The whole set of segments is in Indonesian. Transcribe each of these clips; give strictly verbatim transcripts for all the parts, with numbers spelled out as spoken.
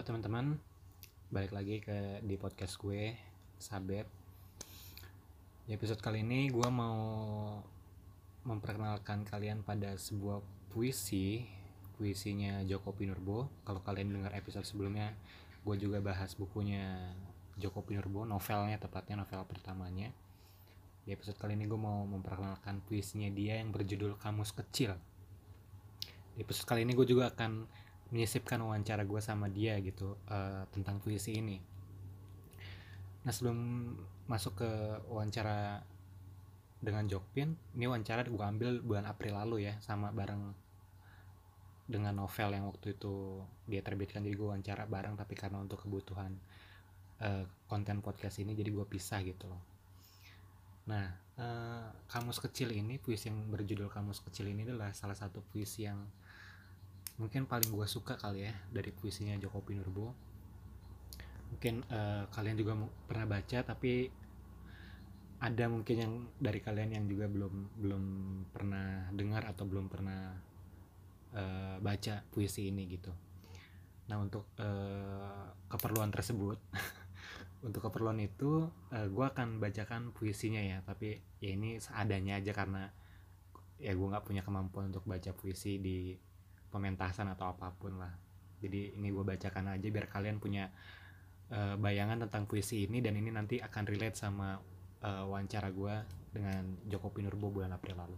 teman-teman, balik lagi ke di podcast gue, Sabet. Di episode kali ini gue mau memperkenalkan kalian pada sebuah puisi, puisinya Djoko Pinurbo. Kalau kalian dengar episode sebelumnya, gue juga bahas bukunya Djoko Pinurbo, novelnya tepatnya, novel pertamanya. Di episode kali ini gue mau memperkenalkan puisinya dia yang berjudul Kamus Kecil. Di episode kali ini gue juga akan menyisipkan wawancara gue sama dia gitu uh, tentang puisi ini. Nah, sebelum masuk ke wawancara dengan Jokpin, ini wawancara gue ambil bulan April lalu ya, sama bareng dengan novel yang waktu itu dia terbitkan. Jadi gue wawancara bareng, tapi karena untuk kebutuhan uh, konten podcast ini jadi gue pisah gitu loh. Nah, uh, Kamus Kecil ini, puisi yang berjudul Kamus Kecil ini adalah salah satu puisi yang mungkin paling gue suka kali ya dari puisinya Djoko Pinurbo. Mungkin uh, kalian juga pernah baca, tapi ada mungkin yang dari kalian yang juga belum belum pernah dengar atau belum pernah uh, baca puisi ini gitu. Nah, untuk uh, keperluan tersebut untuk keperluan itu uh, gue akan bacakan puisinya ya, tapi ya ini seadanya aja karena ya gue nggak punya kemampuan untuk baca puisi di pementasan atau apapun lah. Jadi ini gue bacakan aja biar kalian punya uh, bayangan tentang puisi ini, dan ini nanti akan relate sama uh, wawancara gue dengan Djoko Pinurbo bulan April lalu.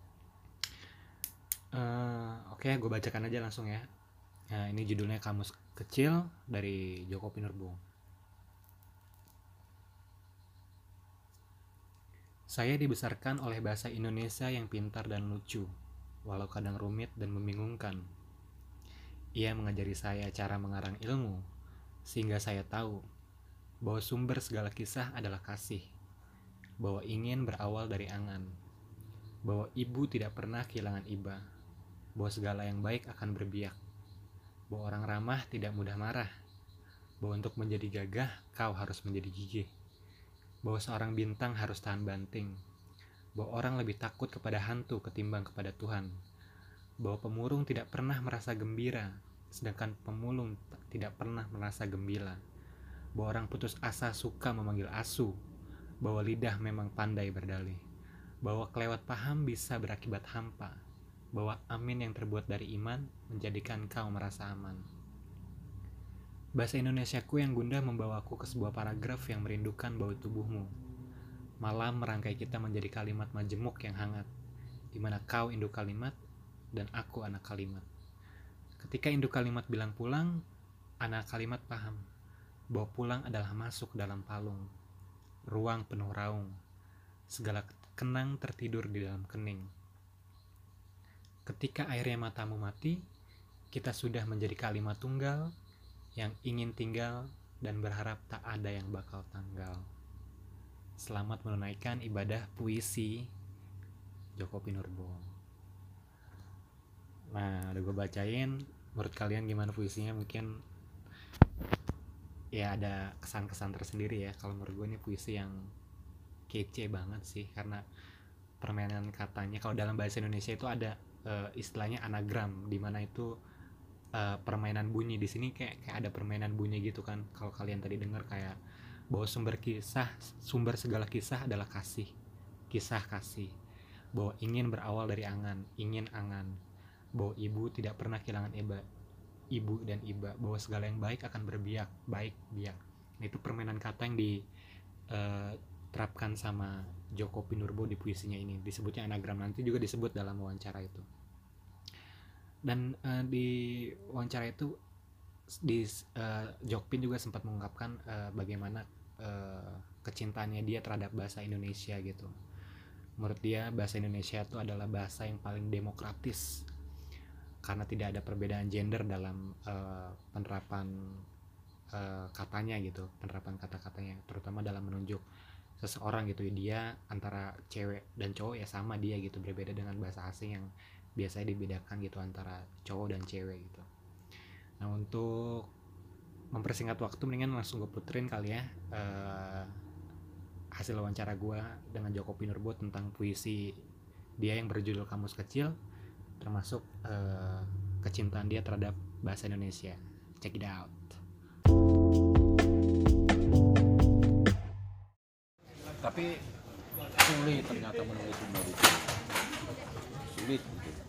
Uh, Oke, okay, gue bacakan aja langsung ya. Nah, ini judulnya Kamus Kecil dari Djoko Pinurbo. Saya dibesarkan oleh bahasa Indonesia yang pintar dan lucu, walau kadang rumit dan membingungkan. Ia mengajari saya cara mengarang ilmu, sehingga saya tahu bahwa sumber segala kisah adalah kasih, bahwa ingin berawal dari angan, bahwa ibu tidak pernah kehilangan iba, bahwa segala yang baik akan berbiak, bahwa orang ramah tidak mudah marah, bahwa untuk menjadi gagah kau harus menjadi gigih, bahwa seorang bintang harus tahan banting, bahwa orang lebih takut kepada hantu ketimbang kepada Tuhan, bahwa pemurung tidak pernah merasa gembira, sedangkan pemulung tidak pernah merasa gembira, bahwa orang putus asa suka memanggil asu, bahwa lidah memang pandai berdalih, bahwa kelewat paham bisa berakibat hampa, bahwa amin yang terbuat dari iman menjadikan kau merasa aman. Bahasa Indonesiaku yang gundah membawaku ke sebuah paragraf yang merindukan bau tubuhmu. Malam merangkai kita menjadi kalimat majemuk yang hangat, di mana kau induk kalimat dan aku anak kalimat. Ketika induk kalimat bilang pulang, anak kalimat paham bahwa pulang adalah masuk dalam palung, ruang penuh raung, segala kenang tertidur di dalam kening. Ketika airnya matamu mati, kita sudah menjadi kalimat tunggal yang ingin tinggal dan berharap tak ada yang bakal tanggal. Selamat menunaikan ibadah puisi Djoko Pinurbo. Nah, udah gue bacain. Menurut kalian gimana puisinya? Mungkin ya ada kesan-kesan tersendiri ya. Kalau menurut gue ini puisi yang kece banget sih, karena permainan katanya. Kalau dalam bahasa Indonesia itu ada uh, istilahnya anagram, dimana itu uh, permainan bunyi. Di sini kayak kayak ada permainan bunyi gitu kan. Kalau kalian tadi dengar kayak bahwa sumber kisah, sumber segala kisah adalah kasih, kisah kasih, bahwa ingin berawal dari angan, ingin angan, bahwa ibu tidak pernah kehilangan iba, ibu dan iba, bahwa segala yang baik akan berbiak, baik biak. Nah, itu permainan kata yang diterapkan uh, sama Djoko Pinurbo di puisinya ini. Disebutnya anagram, nanti juga disebut dalam wawancara itu. Dan uh, di wawancara itu di uh, Jokpin juga sempat mengungkapkan uh, bagaimana uh, kecintaannya dia terhadap bahasa Indonesia gitu. Menurut dia bahasa Indonesia itu adalah bahasa yang paling demokratis karena tidak ada perbedaan gender dalam uh, penerapan uh, katanya gitu, penerapan kata-katanya, terutama dalam menunjuk seseorang gitu. Dia antara cewek dan cowok ya sama dia gitu, berbeda dengan bahasa asing yang biasanya dibedakan gitu antara cowok dan cewek gitu. Nah, untuk mempersingkat waktu mendingan langsung gue puterin kali ya uh, hasil wawancara gue dengan Djoko Pinurbo tentang puisi dia yang berjudul Kamus Kecil, termasuk uh, kecintaan dia terhadap bahasa Indonesia. Check it out. Tapi sulit ternyata menulis humor itu. Sulit.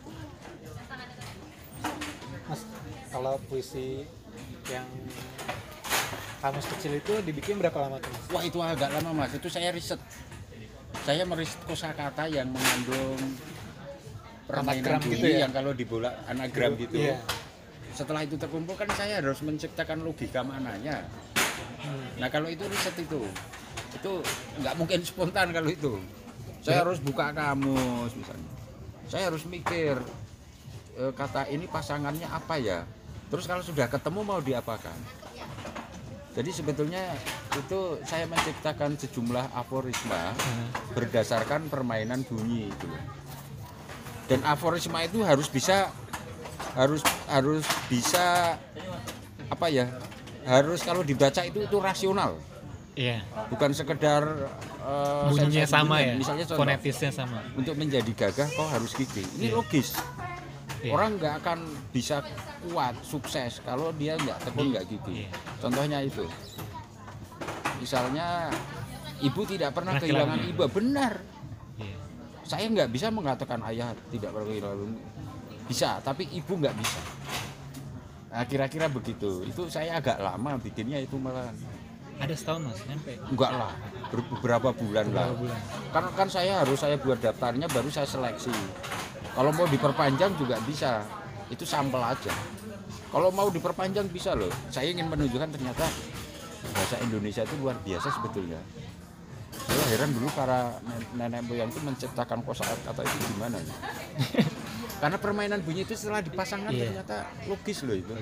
Mas, kalau puisi yang kamus kecil itu dibikin berapa lama tuh Mas? Wah itu agak lama Mas, itu saya riset. Saya meriset kosakata yang mengandung permainan Anagram bunyi gitu ya? yang kalau dibola anagram gitu. Iya. Setelah itu terkumpul kan saya harus menciptakan logika maknanya. Hmm. Nah kalau itu riset itu, itu nggak mungkin spontan kalau itu. Saya harus buka kamus misalnya. Saya harus mikir e, kata ini pasangannya apa ya. Terus kalau sudah ketemu mau diapakan. Jadi sebetulnya itu saya menciptakan sejumlah aforisma Hmm. berdasarkan permainan bunyi itu. Dan aforisma itu harus bisa harus harus bisa apa ya? Harus kalau dibaca itu itu rasional. Iya. Bukan sekedar uh, Bunyinya sensasi sama bunyi. ya. Misalnya contoh, Fonetisnya sama. untuk menjadi gagah kau harus gigi. Ini Iya. logis. Iya. Orang nggak akan bisa kuat sukses kalau dia nggak tekun nggak gigi. Iya. Contohnya itu. Misalnya ibu tidak pernah Pernah kehilangan kehilangan. ibu, benar. Iya. Saya nggak bisa mengatakan ayah tidak pernah kehilangan, bisa, tapi ibu nggak bisa. Nah, kira-kira begitu. Itu saya agak lama bikinnya itu malah. Ada setahun Mas, nyampe. Enggak lah, ber- beberapa bulan lah. Berapa bulan? Kan kan saya harus saya buat daftarnya baru saya seleksi. Kalau mau diperpanjang juga bisa. Itu sampel aja. Kalau mau diperpanjang bisa loh. Saya ingin menunjukkan ternyata bahasa Indonesia itu luar biasa sebetulnya. Saya heran dulu para nenek moyang itu menciptakan kosakata itu gimana ya? Karena permainan bunyi itu setelah dipasangkan Iya. ternyata logis loh itu.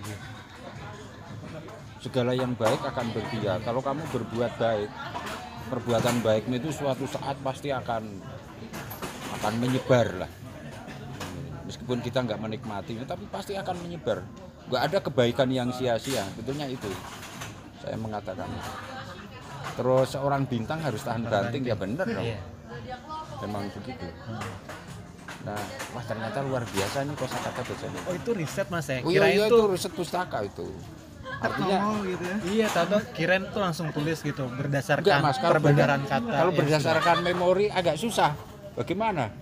Segala yang baik akan berpihak. Kalau kamu berbuat baik, perbuatan baikmu itu suatu saat pasti akan akan menyebar lah. Meskipun kita nggak menikmati, tapi pasti akan menyebar. Nggak ada kebaikan yang sia-sia. Betulnya itu. Saya mengatakan. Terus seorang bintang harus tahan banting, ya benar dong. Iya. Memang begitu. Nah, wah ternyata luar biasa nih kosakata bacanya. Oh itu riset Mas ya? Oh iya, Kirain iya tuh itu riset pustaka itu. Artinya gitu ya. iya, tahu kirain tuh langsung tulis gitu berdasarkan enggak Mas, kalau perbedaan berda- kata. kalau yang berdasarkan memori agak susah. Bagaimana?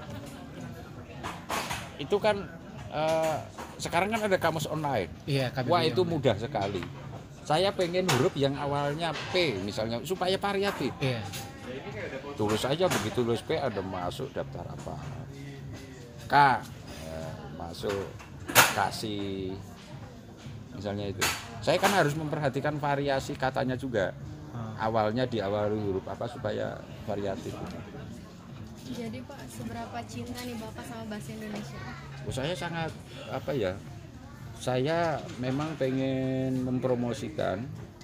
Itu kan eh, sekarang kan ada kamus online. sudah- Iya, K B B I Wah itu online. mudah sekali. Saya pengen huruf yang awalnya P misalnya supaya variatif. Iya. Tulis aja begitu tulis P ada masuk daftar apa. K ya, masuk kasih misalnya itu. Saya kan harus memperhatikan variasi katanya juga. Hmm. Awalnya di awal huruf apa supaya variatif. Jadi Pak, seberapa cinta nih Bapak sama bahasa Indonesia? Oh, saya sangat apa ya? Saya memang pengen mempromosikan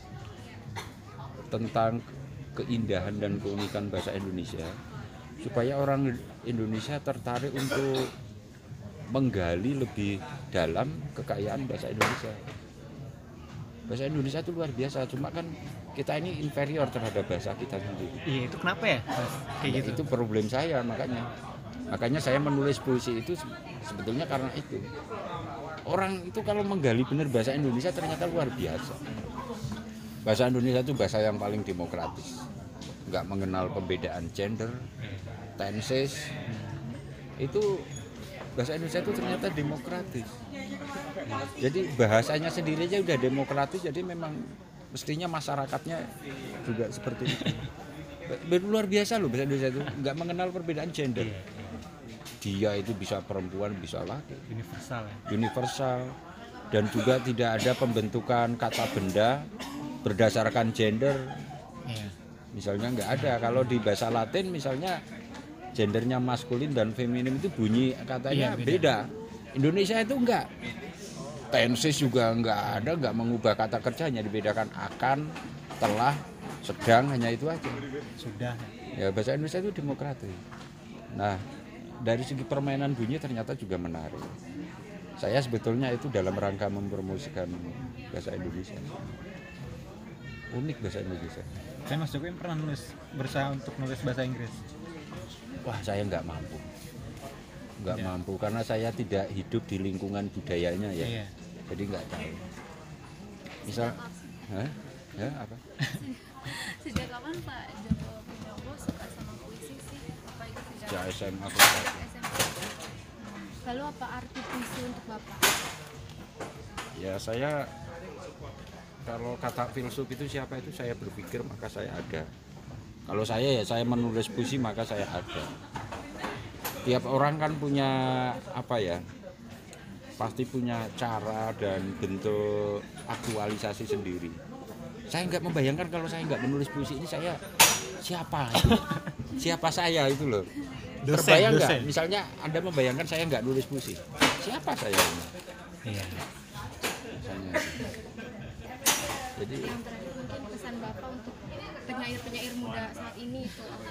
tentang keindahan dan keunikan bahasa Indonesia supaya orang Indonesia tertarik untuk menggali lebih dalam kekayaan bahasa Indonesia. Bahasa Indonesia itu luar biasa, cuma kan kita ini inferior terhadap bahasa kita sendiri. Iya, itu kenapa ya? Mas? Kayak Ya, gitu. itu problem saya makanya. Makanya saya menulis puisi itu se- sebetulnya karena itu. Orang itu kalau menggali benar bahasa Indonesia ternyata luar biasa. Bahasa Indonesia itu bahasa yang paling demokratis. Nggak mengenal pembedaan gender, tenses. Itu bahasa Indonesia itu ternyata demokratis. Jadi bahasanya sendiri aja udah demokratis, jadi memang mestinya masyarakatnya juga seperti itu. Luar biasa loh bahasa Indonesia itu, nggak mengenal perbedaan gender. Dia itu bisa perempuan, bisa laki, Universal ya. universal, dan juga tidak ada pembentukan kata benda berdasarkan gender. Iya. Misalnya nggak ada. Kalau di bahasa Latin misalnya gendernya maskulin dan feminim itu bunyi katanya Iya, beda. beda. Indonesia itu enggak. Tenses juga nggak ada, nggak mengubah kata kerjanya, dibedakan akan, telah, sedang, hanya itu aja. Sudah. Ya bahasa Indonesia itu demokratis. Nah, dari segi permainan bunyi ternyata juga menarik. Saya sebetulnya itu dalam rangka mempromosikan bahasa Indonesia. Unik bahasa Indonesia. Saya Mas Jokowi pernah nulis berusaha untuk nulis bahasa Inggris. Wah, saya nggak mampu. Nggak Ya. mampu karena saya tidak hidup di lingkungan budayanya ya. Iya. Jadi nggak tahu. Misal, hah? Ya apa? Sejak kapan Pak Joko Widodo sejak S M A kelas satu. S M P. Lalu apa arti puisi untuk Bapak? Ya saya kalau kata filsuf itu siapa itu saya berpikir maka saya ada. Kalau saya ya saya menulis puisi maka saya ada. Tiap orang kan punya apa ya? Pasti punya cara dan bentuk aktualisasi sendiri. Saya nggak membayangkan kalau saya nggak menulis puisi ini saya siapa itu? Siapa saya itu loh. Dosen, Terbayang nggak? dosen. Misalnya Anda membayangkan saya nggak nulis puisi. Siapa saya ini? Iya. Misalnya. Jadi Yang terakhir mungkin pesan Bapak untuk penyair-penyair muda saat ini itu apa?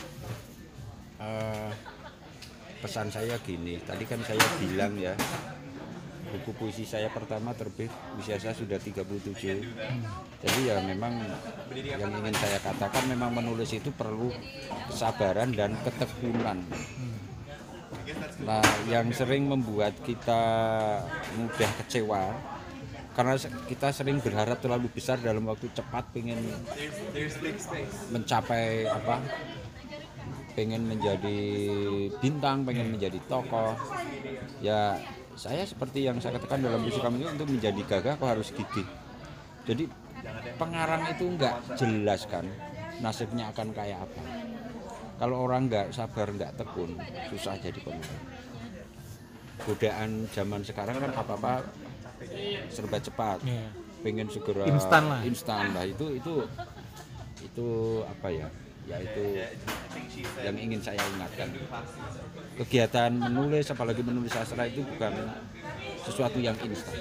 eh, pesan saya gini. Tadi kan saya bilang ya. Buku puisi saya pertama terbit usia saya sudah tiga puluh tujuh. Jadi ya memang yang ingin saya katakan memang menulis itu perlu kesabaran dan ketekunan. Nah, yang sering membuat kita mudah kecewa karena kita sering berharap terlalu besar dalam waktu cepat, pengen mencapai apa? Pengen menjadi bintang, pengen menjadi tokoh. Ya saya seperti yang saya katakan dalam puisi kami itu, untuk menjadi gagah kok harus gigih. Jadi pengarang itu nggak jelas kan nasibnya akan kayak apa. Kalau orang nggak sabar, nggak tekun, susah jadi pengarang. Godaan zaman sekarang kan apa-apa serba cepat, Iya. pengen segera Instan lah. instan lah. Itu itu itu apa ya? Ya itu yang ingin saya ingatkan. Kegiatan menulis, apalagi menulis sastra itu bukan sesuatu yang instan.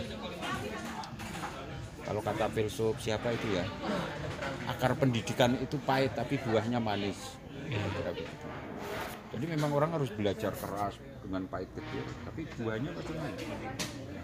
Kalau kata filsuf siapa itu ya, akar pendidikan itu pahit tapi buahnya manis. Kira-kira begitu. Jadi memang orang harus belajar keras dengan pahit kecil, tapi buahnya pasti manis.